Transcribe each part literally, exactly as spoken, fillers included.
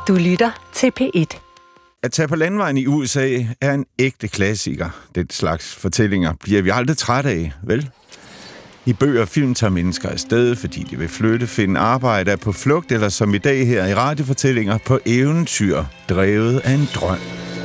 Du lytter til P et. At tage på landvejen i U S A er en ægte klassiker. Den slags fortællinger bliver vi aldrig trætte af, vel? I bøger og film tager mennesker afsted, fordi de vil flytte, finde arbejde, er på flugt, eller som i dag her i radiofortællinger på eventyr, drevet af en drøm.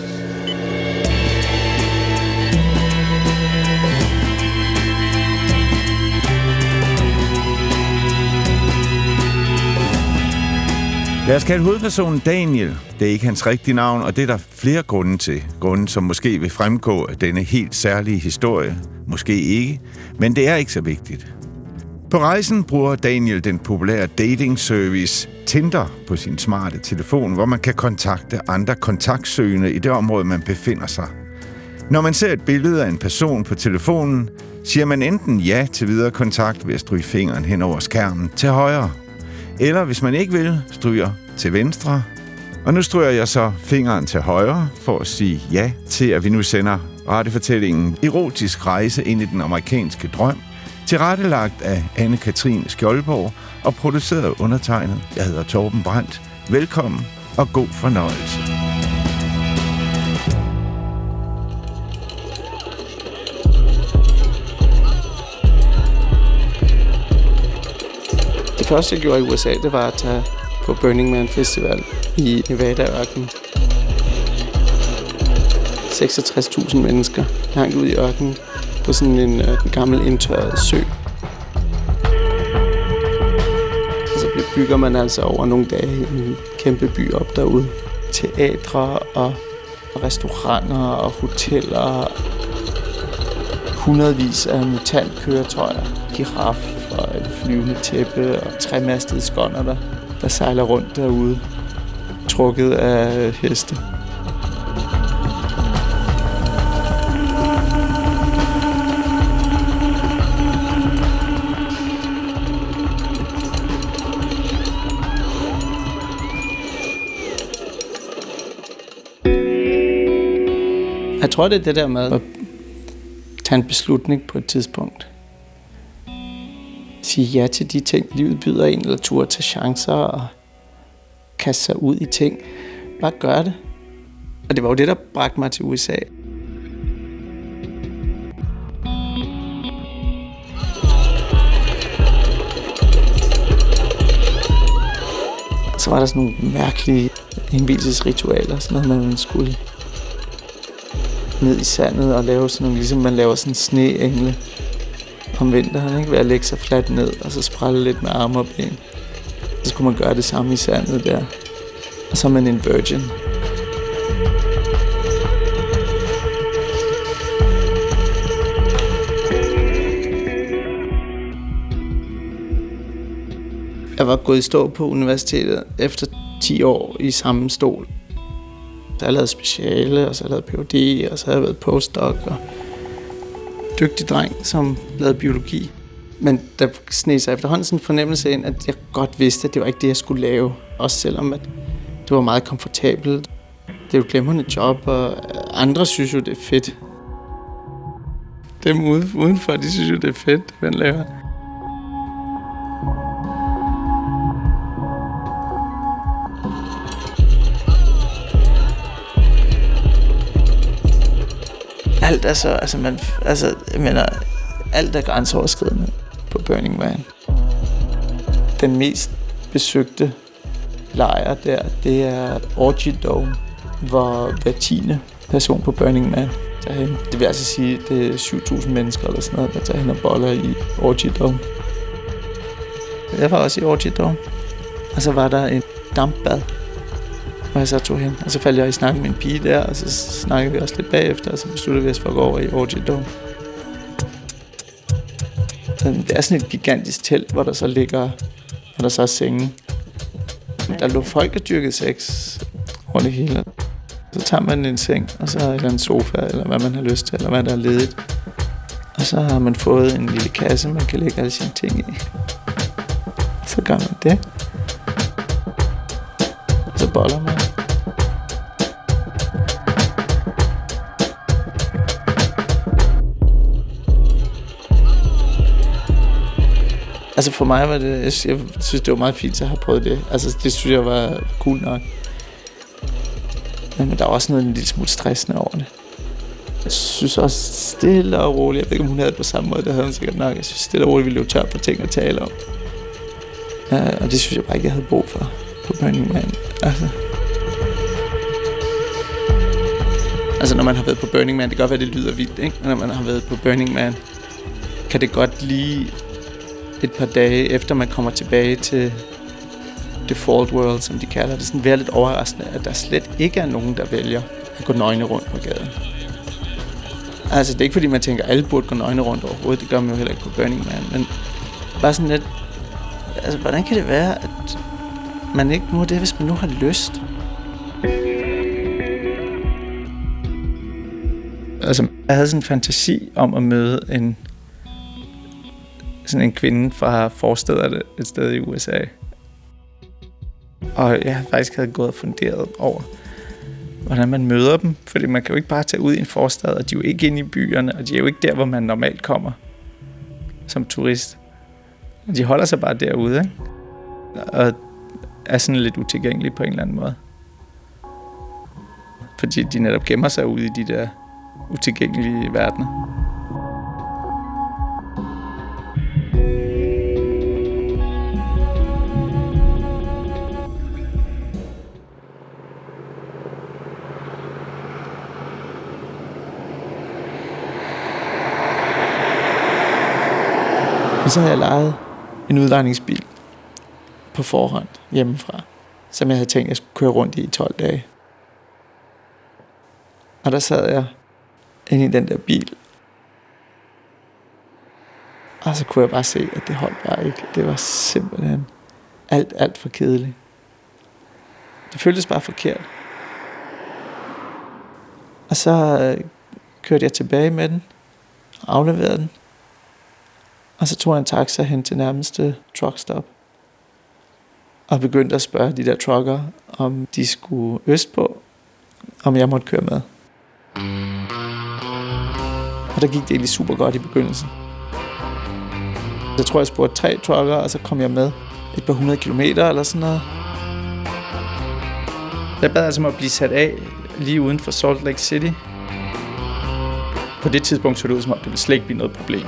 Lad os kalde hovedpersonen Daniel. Det er ikke hans rigtige navn, og det er der flere grunde til. Grunde, som måske vil fremgå af denne helt særlige historie. Måske ikke, men det er ikke så vigtigt. På rejsen bruger Daniel den populære dating-service Tinder på sin smarte telefon, hvor man kan kontakte andre kontaktsøgende i det område, man befinder sig. Når man ser et billede af en person på telefonen, siger man enten ja til videre kontakt ved at stryge fingeren hen over skærmen til højre. Eller hvis man ikke vil, stryger til venstre. Og nu stryger jeg så fingeren til højre for at sige ja til, at vi nu sender radiofortællingen Erotisk rejse ind i den amerikanske drøm, tilrettelagt af Anne-Katrine Skjoldborg og produceret af undertegnet. Jeg hedder Torben Brandt. Velkommen og god fornøjelse. Det første, jeg gjorde i U S A, det var at tage på Burning Man Festival i Nevada-ørkenen. seksogtres tusind mennesker langt ud i ørkenen på sådan en, en gammel indtørret sø. Og så bygger man altså over nogle dage en kæmpe by op derude. Teatre og restauranter og hoteller. Hundredvis af mutantkøretøjer, giraf og et flyvende tæppe og tremastede skånder, der, der sejler rundt derude, trukket af heste. Jeg tror, det er det der med at tage en beslutning på et tidspunkt. Sige ja til de ting, livet byder en, eller turde tage chancer og kaste sig ud i ting. Bare gør det. Og det var jo det, der bragte mig til U S A. Så var der sådan nogle mærkelige indvielsesritualer, sådan noget, man skulle ned i sandet og lave sådan nogle, ligesom man laver sådan sneengle om vinteren, ikke? Ved at lægge sig fladt ned og så sprælle lidt med arme og ben. Så skulle man gøre det samme i sandet der. Og så er man en virgin. Jeg var gået i stå på universitetet efter ti år i samme stol. Så jeg lavede speciale, og så jeg lavede P H D, og så havde jeg været postdoc og dygtig dreng, som lavede biologi. Men der sneg sig efterhånden sådan en fornemmelse ind, at jeg godt vidste, at det var ikke det, jeg skulle lave. Også selvom at det var meget komfortabelt. Det er jo et glimrende job, og andre synes jo, det er fedt. Dem udenfor, de synes jo, det er fedt, hvad man laver. Alt er så, altså man, altså, jeg mener, alt er grænseoverskridende på Burning Man. Den mest besøgte lejr der, det er Orgy Dome, hvor hver tiende person på Burning Man tager hen. Det vil altså sige, det er syv tusind mennesker eller sådan noget, der tager hen og boller i Orgy Dome. Jeg var også i Orgy Dome, og så var der en dampbad, hvor jeg så tog hen. Og så faldt jeg i snak med en pige der, og så snakkede vi også lidt bagefter, og så besluttede vi os for at gå over i Orgy Dome. Det er sådan et gigantisk telt, hvor der så ligger, hvor der så er senge. Der lå folk og dyrkede sex rundt i hele. Så tager man en seng, og så er der en sofa, eller hvad man har lyst til, eller hvad der er ledigt. Og så har man fået en lille kasse, man kan lægge alle sine ting i. Så gør man det. Og så boller man. Altså for mig var det, jeg synes det var meget fint at have prøvet det. Altså det synes jeg var cool nok. Men der er også noget en lille smule stressende over det. Jeg synes også stille og roligt, jeg ved ikke om hun havde det på samme måde, det havde hun sikkert nok. Jeg synes stille og roligt, vi løb tør på ting at tale om. Uh, og det synes jeg bare ikke, jeg havde brug for på Burning Man. Altså. altså når man har været på Burning Man, det kan godt være, det lyder vildt, ikke? Når man har været på Burning Man, kan det godt lige et par dage efter man kommer tilbage til Default World, som de kalder det, sådan være lidt overraskende, at der slet ikke er nogen, der vælger at gå nøgne rundt på gaden. Altså, det er ikke fordi, man tænker, at alle burde gå nøgne rundt overhovedet. Det gør man jo heller ikke på Burning Man. Men bare sådan lidt... Altså, hvordan kan det være, at man ikke må det, hvis man nu har lyst? Altså, jeg havde sådan en fantasi om at møde en... sådan en kvinde fra forstederne et sted i U S A. Og jeg faktisk havde gået og funderet over, hvordan man møder dem. Fordi man kan jo ikke bare tage ud i en forstad, og de er jo ikke inde i byerne, og de er jo ikke der, hvor man normalt kommer som turist. De holder sig bare derude, ikke? Og er sådan lidt utilgængelige på en eller anden måde. Fordi de netop gemmer sig ude i de der utilgængelige verdener. Og så havde jeg lejet en udlejningsbil på forhånd hjemmefra, som jeg havde tænkt, at jeg skulle køre rundt i i tolv dage. Og der sad jeg inde i den der bil, og så kunne jeg bare se, at det holdt bare ikke. Det var simpelthen alt, alt for kedeligt. Det føltes bare forkert. Og så øh, kørte jeg tilbage med den og afleverede den. Og så tog jeg en taxa hen til nærmeste truckstop. Og begyndte at spørge de der trucker, om de skulle østpå, om jeg måtte køre med. Og der gik det egentlig super godt i begyndelsen. Jeg tror, jeg spurgte tre trucker, og så kom jeg med et par hundrede kilometer eller sådan noget. Jeg bad altså om at blive sat af lige uden for Salt Lake City. På det tidspunkt så det ud som om, det ville slet ikke blive noget problem.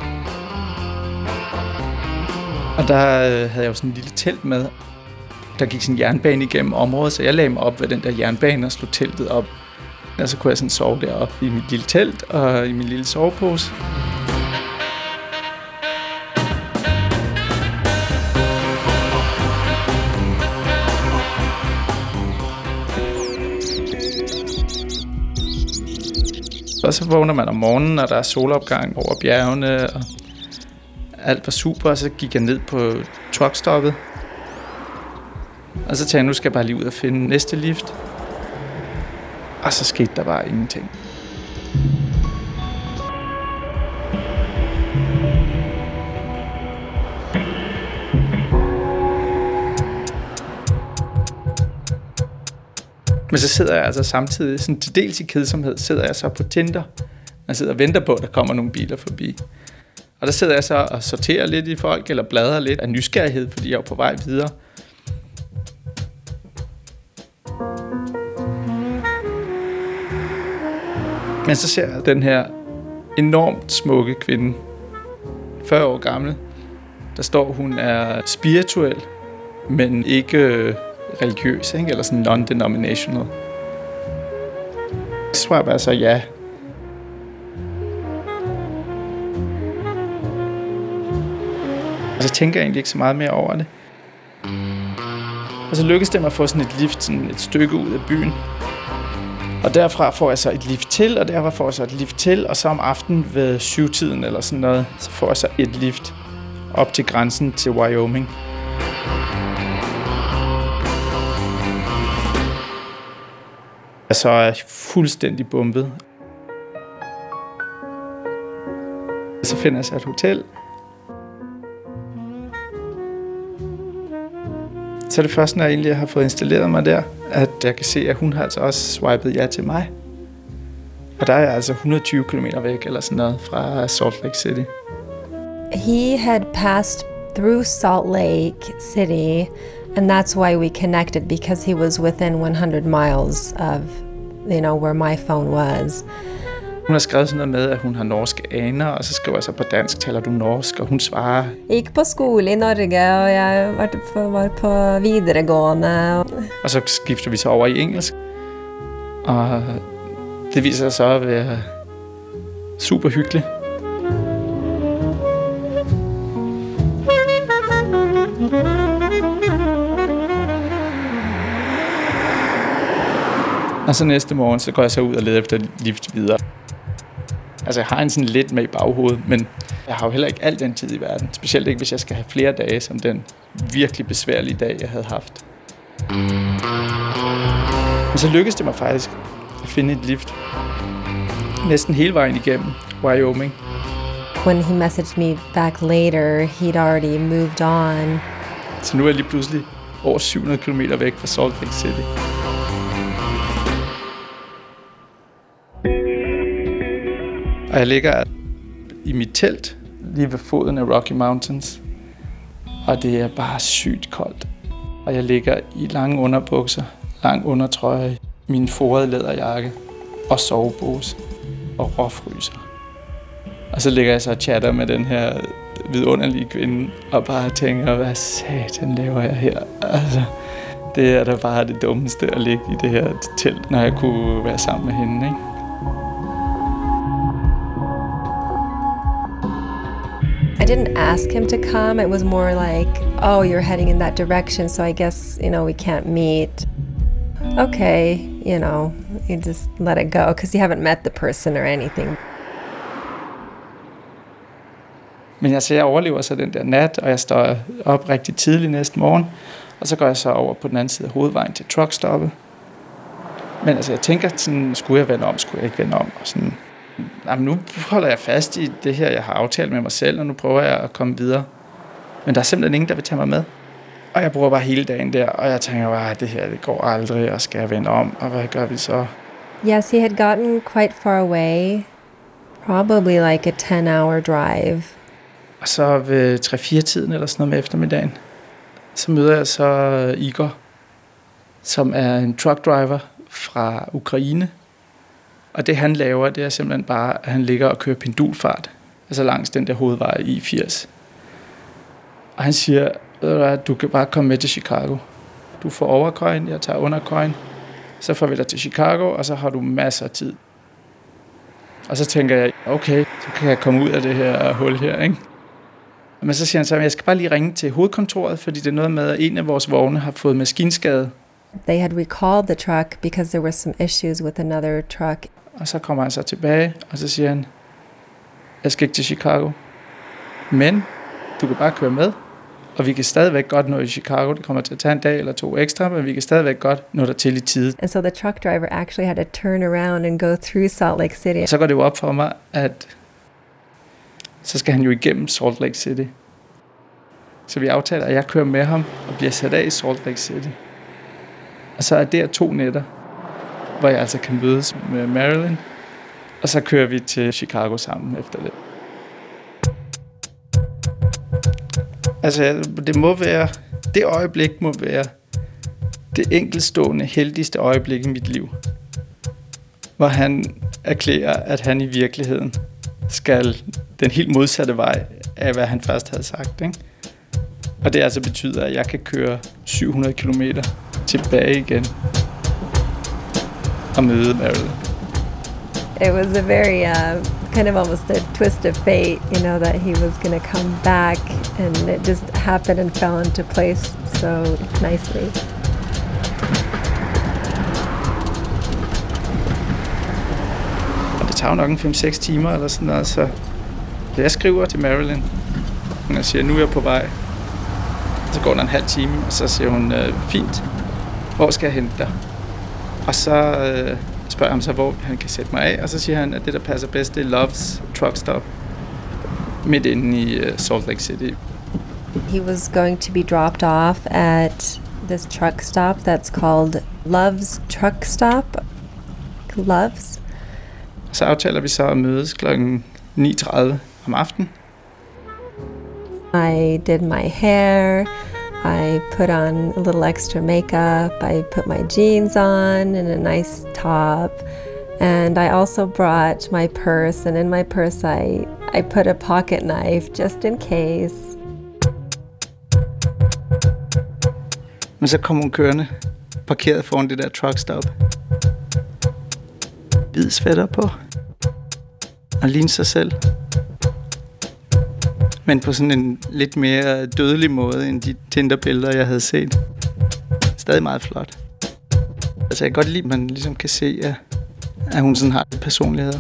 Og der øh, havde jeg jo sådan en lille telt med. Der gik sådan en jernbane igennem området, så jeg lagde mig op ved den der jernbane og slog teltet op. Og så kunne jeg sådan sove deroppe i mit lille telt og i min lille sovepose. Og så vågner man om morgenen, og der er solopgang over bjergene, og alt var super, og så gik jeg ned på truckstoppet. Og så tænkte jeg, nu skal jeg bare lige ud og finde næste lift. Og så skete der bare ingenting. Men så sidder jeg altså samtidig, sådan til dels i kedsomhed, sidder jeg så på Tinder. Jeg sidder og venter på, at der kommer nogle biler forbi. Og der sidder jeg så og sorterer lidt i folk, eller bladrer lidt af nysgerrighed, fordi jeg er på vej videre. Men så ser jeg den her enormt smukke kvinde, fyrre år gammel. Der står, hun er spirituel, men ikke religiøs, ikke? Eller sådan non-denominational. Så svarer jeg så ja. Og så tænker jeg egentlig ikke så meget mere over det. Og så lykkes det mig at få sådan et lift sådan et stykke ud af byen. Og derfra får jeg så et lift til, og derfra får jeg så et lift til, og så om aftenen ved syvtiden eller sådan noget, så får jeg så et lift op til grænsen til Wyoming. Og så er jeg fuldstændig bumpet. Så finder jeg så et hotel. Så er det først, når jeg egentlig har fået installeret mig der, at jeg kan se, at hun har altså også swipet ja til mig. Og der er jeg altså hundrede og tyve kilometer væk, eller sådan noget, fra Salt Lake City. He had passed through Salt Lake City And that's why we connected, because he was within one hundred miles of, you know, where my phone was. Hun har skrevet sådan noget med, at hun har norske aner, og så skriver jeg så på dansk, taler du norsk, og hun svarer. Jeg gik på skole i Norge, og jeg var på, var på videregående. Og så skifter vi så over i engelsk, og det viser sig så at være super hyggeligt. Og så næste morgen, så går jeg så ud og leder efter lift videre. Altså, jeg har en sådan lidt med i baghovedet, men jeg har jo heller ikke al den tid i verden. Specielt ikke, hvis jeg skal have flere dage, som den virkelig besværlige dag, jeg havde haft. Men så lykkedes det mig faktisk at finde et lift. Næsten hele vejen igennem Wyoming. When he messaged me back later, he'd already moved on. Så nu er jeg lige pludselig over syv hundrede kilometer væk fra Salt Lake City. Og jeg ligger i mit telt lige ved foden af Rocky Mountains. Og det er bare sygt koldt. Og jeg ligger i lange underbukser, lang undertrøje, min forrede læderjakke og sovepose og råfryser. Og så ligger jeg så og chatter med den her vidunderlige kvinde og bare tænker, hvad satan laver jeg her? Altså, det er da bare det dummeste at ligge i det her telt, når jeg kunne være sammen med hende, ikke? I didn't ask him to come. It was more like, oh, you're heading in that direction, so I guess, you know, we can't meet. Okay, you know, you just let it go, because you haven't met the person or anything. Men altså, jeg overlever så den der nat, og jeg står op rigtig tidligt næste morgen, og så går jeg så over på den anden side af hovedvejen til truckstoppet. Men altså, jeg tænker sådan, skulle jeg vende om, skulle jeg ikke vende om, og sådan. Jamen, nu holder jeg fast i det her, jeg har aftalt med mig selv, og nu prøver jeg at komme videre. Men der er simpelthen ingen, der vil tage mig med. Og jeg bruger bare hele dagen der, og jeg tænker bare, det her, det går aldrig, og skal jeg vende om, og hvad gør vi så? Yes, he had gotten quite far away, probably like a ten hour drive. Og så ved tre fire tiden eller sådan noget med eftermiddagen, så møder jeg så Igor, som er en truck driver fra Ukraine. Og det han laver, det er simpelthen bare, at han ligger og kører pendulfart, altså langs den der hovedvej i firs. Og han siger, at du kan bare komme med til Chicago. Du får overcoin, jeg tager undercoin, så får vi dig til Chicago, og så har du masser af tid. Og så tænker jeg, okay, så kan jeg komme ud af det her hul her, ikke? Men så siger han så, at jeg skal bare lige ringe til hovedkontoret, fordi det er noget med, at en af vores vogne har fået maskinskade. They had recalled the truck because there were some issues with another truck. Og så kommer han så tilbage, og så siger han, jeg skal ikke til Chicago, men du kan bare køre med, og vi kan stadigvæk godt nå i Chicago. Det kommer til at tage en dag eller to ekstra, men vi kan stadigvæk godt nå der til i tide. And so the truck driver actually had to turn around and go through Salt Lake City. Og så går det jo op for mig, at så skal han jo igennem Salt Lake City. Så vi aftaler, at jeg kører med ham og bliver sat af i Salt Lake City. Og så er der to nætter, hvor jeg altså kan mødes med Marilyn, og så kører vi til Chicago sammen efter det. Altså, det må være, det øjeblik må være det enkeltstående, heldigste øjeblik i mit liv, hvor han erklærer, at han i virkeligheden skal den helt modsatte vej af, hvad han først havde sagt, ikke? Og det altså betyder, at jeg kan køre syv hundrede kilometer tilbage igen og møde Marilyn. It was a very uh, kind of almost a twist of fate, you know, that he was going to come back, and it just happened and fell into place so nicely. Og det tager nok en fem seks timer eller sådan noget, så jeg skriver til Marilyn, og jeg siger, nu er jeg på vej. Så går der en halv time, og så siger hun, fint, hvor skal jeg hente dig? Og så øh, spørger jeg ham så, hvor han kan sætte mig af, og så siger han, at det, der passer bedst, det er Love's Truck Stop, midt inde i uh, Salt Lake City. He was going to be dropped off at this truck stop that's called Love's Truck Stop. Love's. Så aftaler vi så at mødes klokken ni tredive om aftenen. I did my hair, I put on a little extra makeup. I put my jeans on and a nice top. And I also brought my purse, and in my purse I, I put a pocket knife just in case. Men så kom hun kørende, parkeret foran det der truckstop. Hvid sweater på. Og lignede sig selv. Men på sådan en lidt mere dødelig måde end de Tinder-billeder, jeg havde set. Stadig meget flot. Altså jeg kan godt lide, at man ligesom kan se, at, at hun sådan har en personlighed.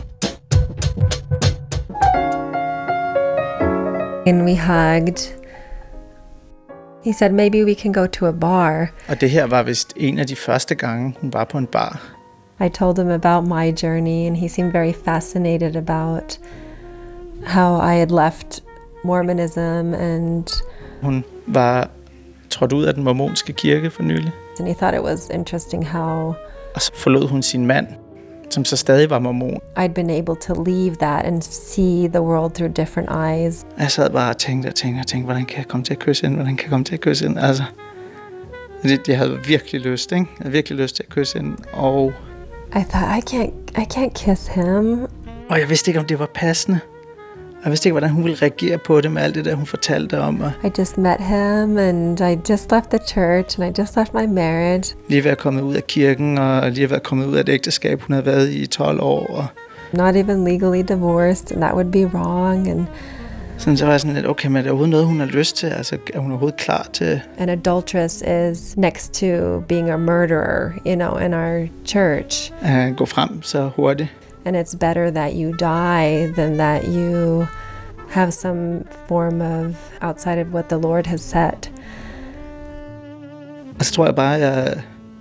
And we hugged. He said, maybe we can go to a bar. Og det her var vist en af de første gange, hun var på en bar. I told him about my journey, and he seemed very fascinated about how I had left Mormonism, and hun var trådt ud af den mormonske kirke for nylig. And he thought it was interesting how og så forlod hun sin mand, som så stadig var mormon. I'd been able to leave that and see the world through different eyes. Jeg sad bare og tænkte og tænkte og tænkte, hvordan kan jeg komme til at kysse hende? Hvordan kan jeg komme til at kysse hende? Altså, det, jeg havde virkelig lyst, ikke? Jeg havde virkelig lyst til at kysse hende, og I thought, I can't, I can't kiss him. Og jeg vidste ikke, om det var passende. Jeg vidste ikke, hvordan hun ville reagere på det med alt det der, hun fortalte om. I just met him, and I just left the church, and I just left my marriage. Lige ved at komme ud af kirken, og lige ved at komme ud af et ægteskab, hun havde været i tolv år. Og not even legally divorced, and that would be wrong. And sådan, så var jeg sådan lidt, okay, men er det overhovedet noget, hun har lyst til? Altså, er hun overhovedet klar til? An adulteress is next to being a murderer, you know, in our church. Uh, gå frem så hurtigt. And it's better that you die than that you have some form of outside of what the Lord has set. Og så tror jeg bare, at jeg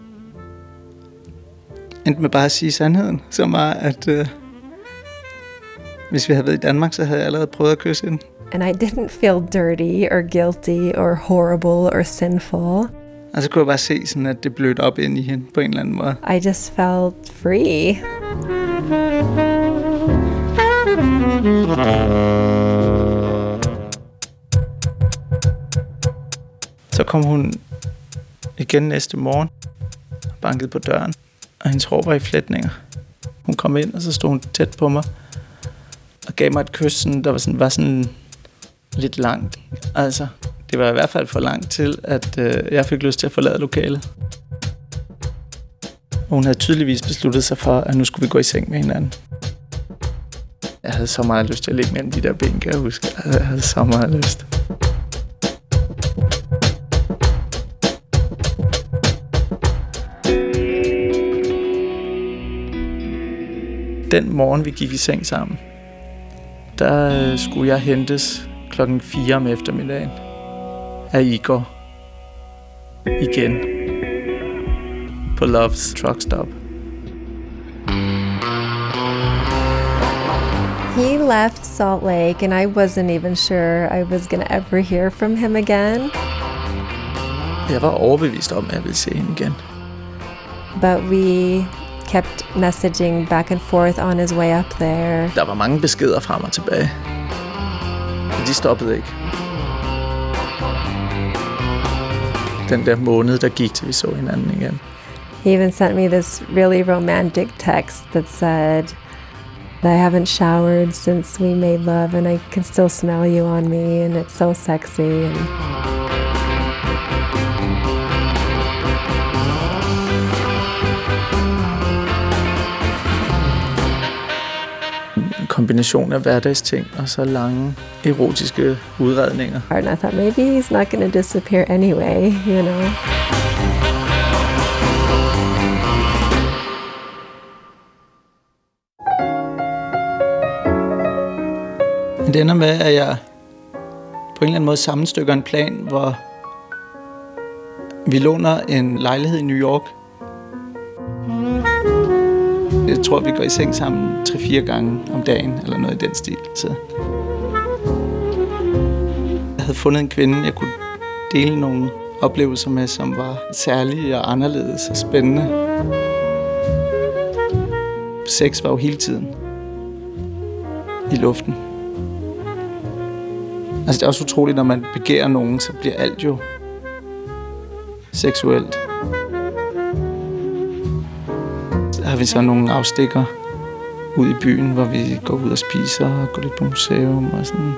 endte med bare at sige sandheden, som var, at uh, hvis vi havde været i Danmark, så havde jeg allerede prøvet at kysse hende. And I didn't feel dirty or guilty or horrible or sinful. Og så kunne jeg bare se, sådan, at det blødte op ind i hende på en eller anden måde. I just felt free. Så kom hun igen næste morgen og bankede på døren, og hendes hår var i flætninger. Hun kom ind, og så stod hun tæt på mig og gav mig et kys, sådan, der var sådan, var sådan lidt langt. Altså, det var i hvert fald for langt til, at øh, jeg fik lyst til at forlade lokalet. Og hun havde tydeligvis besluttet sig for, at nu skulle vi gå i seng med hinanden. Jeg havde så meget lyst til at ligge mellem de der ben, kan jeg huske. Jeg havde så meget lyst. Den morgen, vi gik i seng sammen, der skulle jeg hentes klokken fire om eftermiddagen af Igor igen på Loves Truck Stop. He left Salt Lake, and I wasn't even sure I was going to ever hear from him again. Jeg var overbevist om, at jeg ville se hende igen. But we kept messaging back and forth on his way up there. Der var mange beskeder frem og tilbage. Men de stoppede ikke. Den der måned, der gik til vi så hinanden igen. He even sent me this really romantic text that said that I haven't showered since we made love, and I can still smell you on me, and it's so sexy. And en kombination af hverdagsting og så lange erotiske udredninger. and I thought maybe he's not going to disappear anyway, you know. Det ender med, at jeg på en eller anden måde sammenstykker en plan, hvor vi låner en lejlighed i New York. Jeg tror, vi går i seng sammen tre-fire gange om dagen, eller noget i den stil. Så jeg havde fundet en kvinde, jeg kunne dele nogle oplevelser med, som var særlige og anderledes og spændende. Sex var jo hele tiden i luften. Altså det er også utroligt, når man begærer nogen, så bliver alt jo seksuelt. Så har vi så nogle afstikker ud i byen, hvor vi går ud og spiser og går lidt på museum og sådan.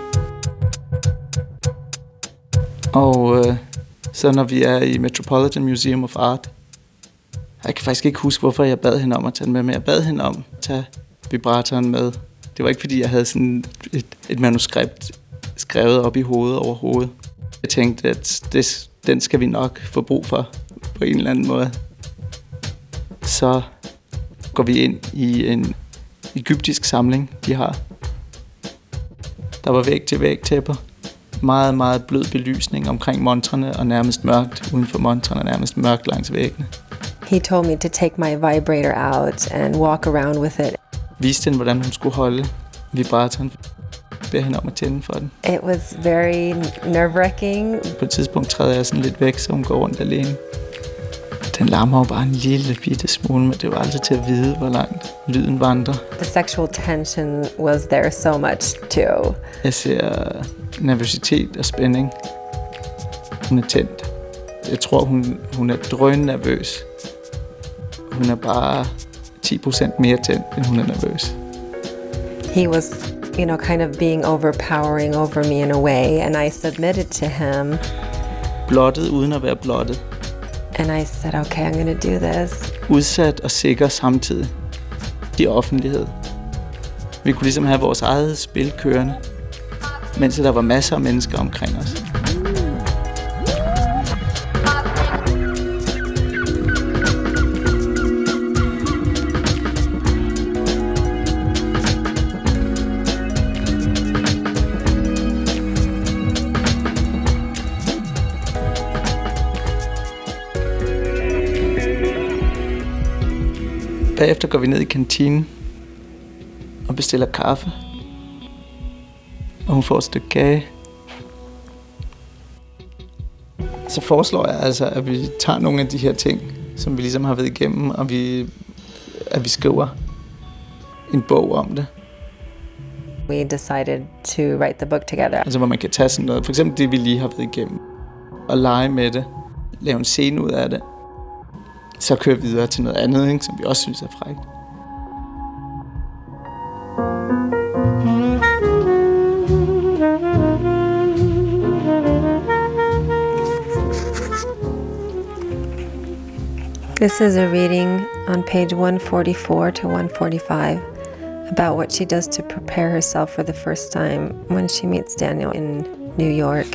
Og øh, så når vi er i Metropolitan Museum of Art, jeg kan faktisk ikke huske, hvorfor jeg bad hende om at tage den med, men jeg bad hende om at tage vibratoren med. Det var ikke, fordi jeg havde sådan et, et manuskript skrevet op i hovedet over hovedet. Jeg tænkte, at det, den skal vi nok få brug for på en eller anden måde. Så går vi ind i en egyptisk samling, de har. Der var væg til væg tæpper. Meget, meget blød belysning omkring montrene og nærmest mørkt uden for montrene, nærmest mørkt langs væggene. He told me to take my vibrator out and walk around with it. Viste hende, hvordan hun skulle holde vibratoren. Beder hende om at tænde for den. It was very nerve-wracking. På et tidspunkt træder jeg sådan lidt væk, så hun går rundt alene. Den larmer jo bare en lille bitte smule, men det var aldrig til at vide, hvor langt lyden vandrer. The sexual tension was there so much too. Jeg ser nervøsitet og spænding. Hun er tændt. Jeg tror, hun, hun er drønende nervøs. Hun er bare ti procent mere tændt, end hun er nervøs. He was, you know, kind of being overpowering over me in a way, and I submitted to him. Blottet uden at være blottet. And I said, okay, I'm going to do this. Udsat og sikker samtidig. I offentlighed. Vi kunne ligesom have vores eget spil kørende, mens der var masser af mennesker omkring os. Bagefter går vi ned i kantinen og bestiller kaffe. Og hun får et stykke kage. Så foreslår jeg altså, at vi tager nogle af de her ting, som vi ligesom har været igennem, og vi, at vi skriver en bog om det. We decided to write the book together. Altså hvor man kan tage sådan noget, for eksempel det vi lige har været igennem, og lege med det, lave en scene ud af det. Så kører vi videre til noget andet, ikke, som vi også synes er frækt. This is a reading on page one forty-four to one forty-five about what she does to prepare herself for the first time when she meets Daniel in New York.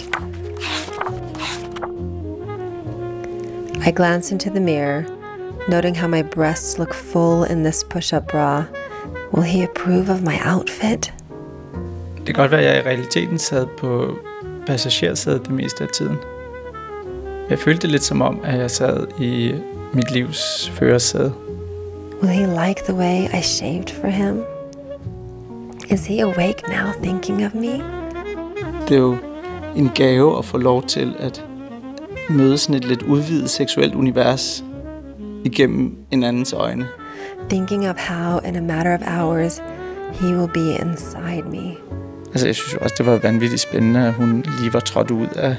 I glance into the mirror, noting how my breasts look full in this push-up bra. Will he approve of my outfit? Det kan godt være, at jeg i realiteten sad på passagersædet det meste af tiden. Jeg følte det lidt som om, at jeg sad i mit livs førersæde. Will he like the way I shaved for him? Is he awake now thinking of me? Det er jo en gave at få lov til at møde sådan et lidt udvidet seksuelt univers igennem en andens øjne. Thinking of how in a matter of hours he will be inside me. Altså jeg synes jo også, det var vanvittigt spændende, at hun lige var trådt ud af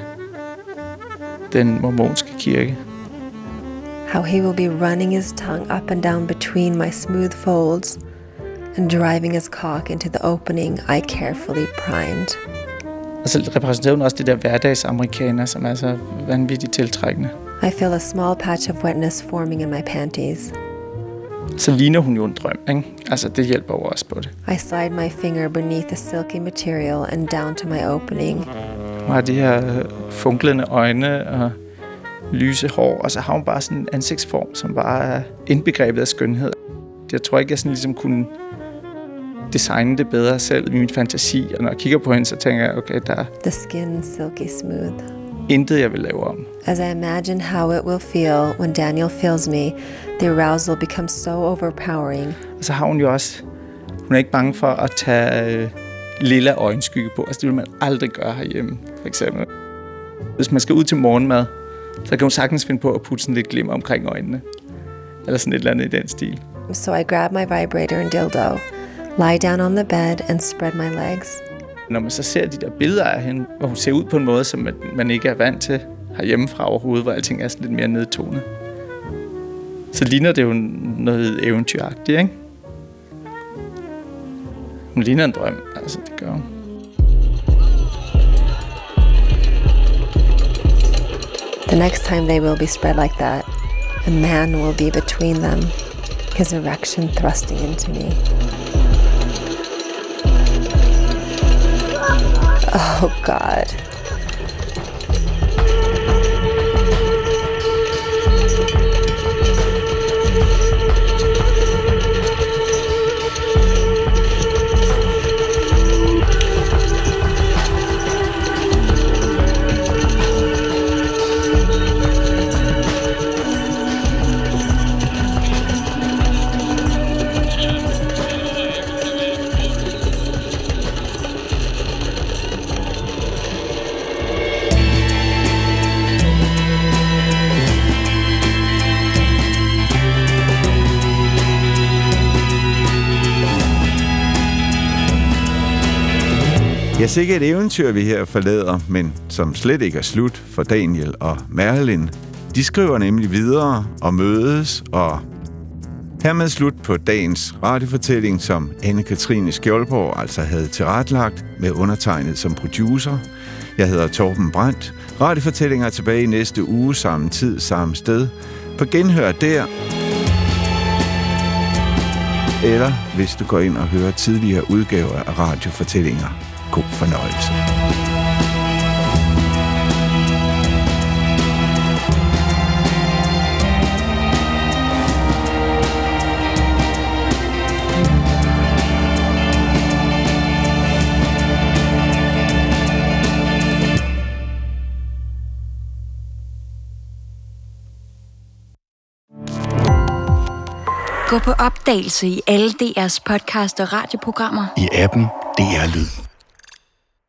den mormonske kirke. How he will be running his tongue up and down between my smooth folds and driving his cock into the opening I carefully primed. Og så repræsenterer hun også det der hverdagsamerikaner, som er så vanvittigt tiltrækkende. I feel a small patch of wetness forming in my panties. Så ligner hun jo en drøm, ikke? Altså, det hjælper jo også på det. I slide my finger beneath the silky material and down to my opening. Hun har de her funklende øjne og lyse hår, og så har hun bare sådan en ansigtsform, som bare er indbegrebet af skønhed. Jeg tror ikke, jeg sådan ligesom kunne designe det bedre selv i min fantasi, og når jeg kigger på hende, så tænker jeg, okay, der er The skin silky smooth. intet, jeg vil lave om. As I imagine how it will feel when Daniel fills me, the arousal becomes so overpowering. Og så har hun jo også, hun er ikke bange for at tage øh, lilla øjenskygge på. Altså det vil man aldrig gøre herhjemme, for eksempel. Hvis man skal ud til morgenmad, så kan hun sagtens finde på at putte sådan lidt glimmer omkring øjnene. Eller sådan et eller andet i den stil. So I grab my vibrator and dildo, lie down on the bed and spread my legs. Når man så ser de der billeder af hende, hvor hun ser ud på en måde, som man ikke er vant til herhjemmefra overhovedet, hvor alting er sådan lidt mere nedtonet. Så ligner det jo noget eventyragtigt, ikke? Hun ligner en drøm, altså det gør hun. The next time they will be spread like that, a man will be between them, his erection thrusting into me. Oh God. Ja, sikke et eventyr, vi her forlader, men som slet ikke er slut for Daniel og Marilyn. De skriver nemlig videre og mødes, og hermed slut på dagens radiofortælling, som Anne-Katrine Skjoldborg altså havde tilrettelagt med undertegnet som producer. Jeg hedder Torben Brandt. Radiofortællinger er tilbage i næste uge, samme tid, samme sted. På genhør der. Eller hvis du går ind og hører tidligere udgaver af radiofortællinger. God fornøjelse. Gå på opdagelse i alle D R's podcast og radioprogrammer. I appen D R Lyd.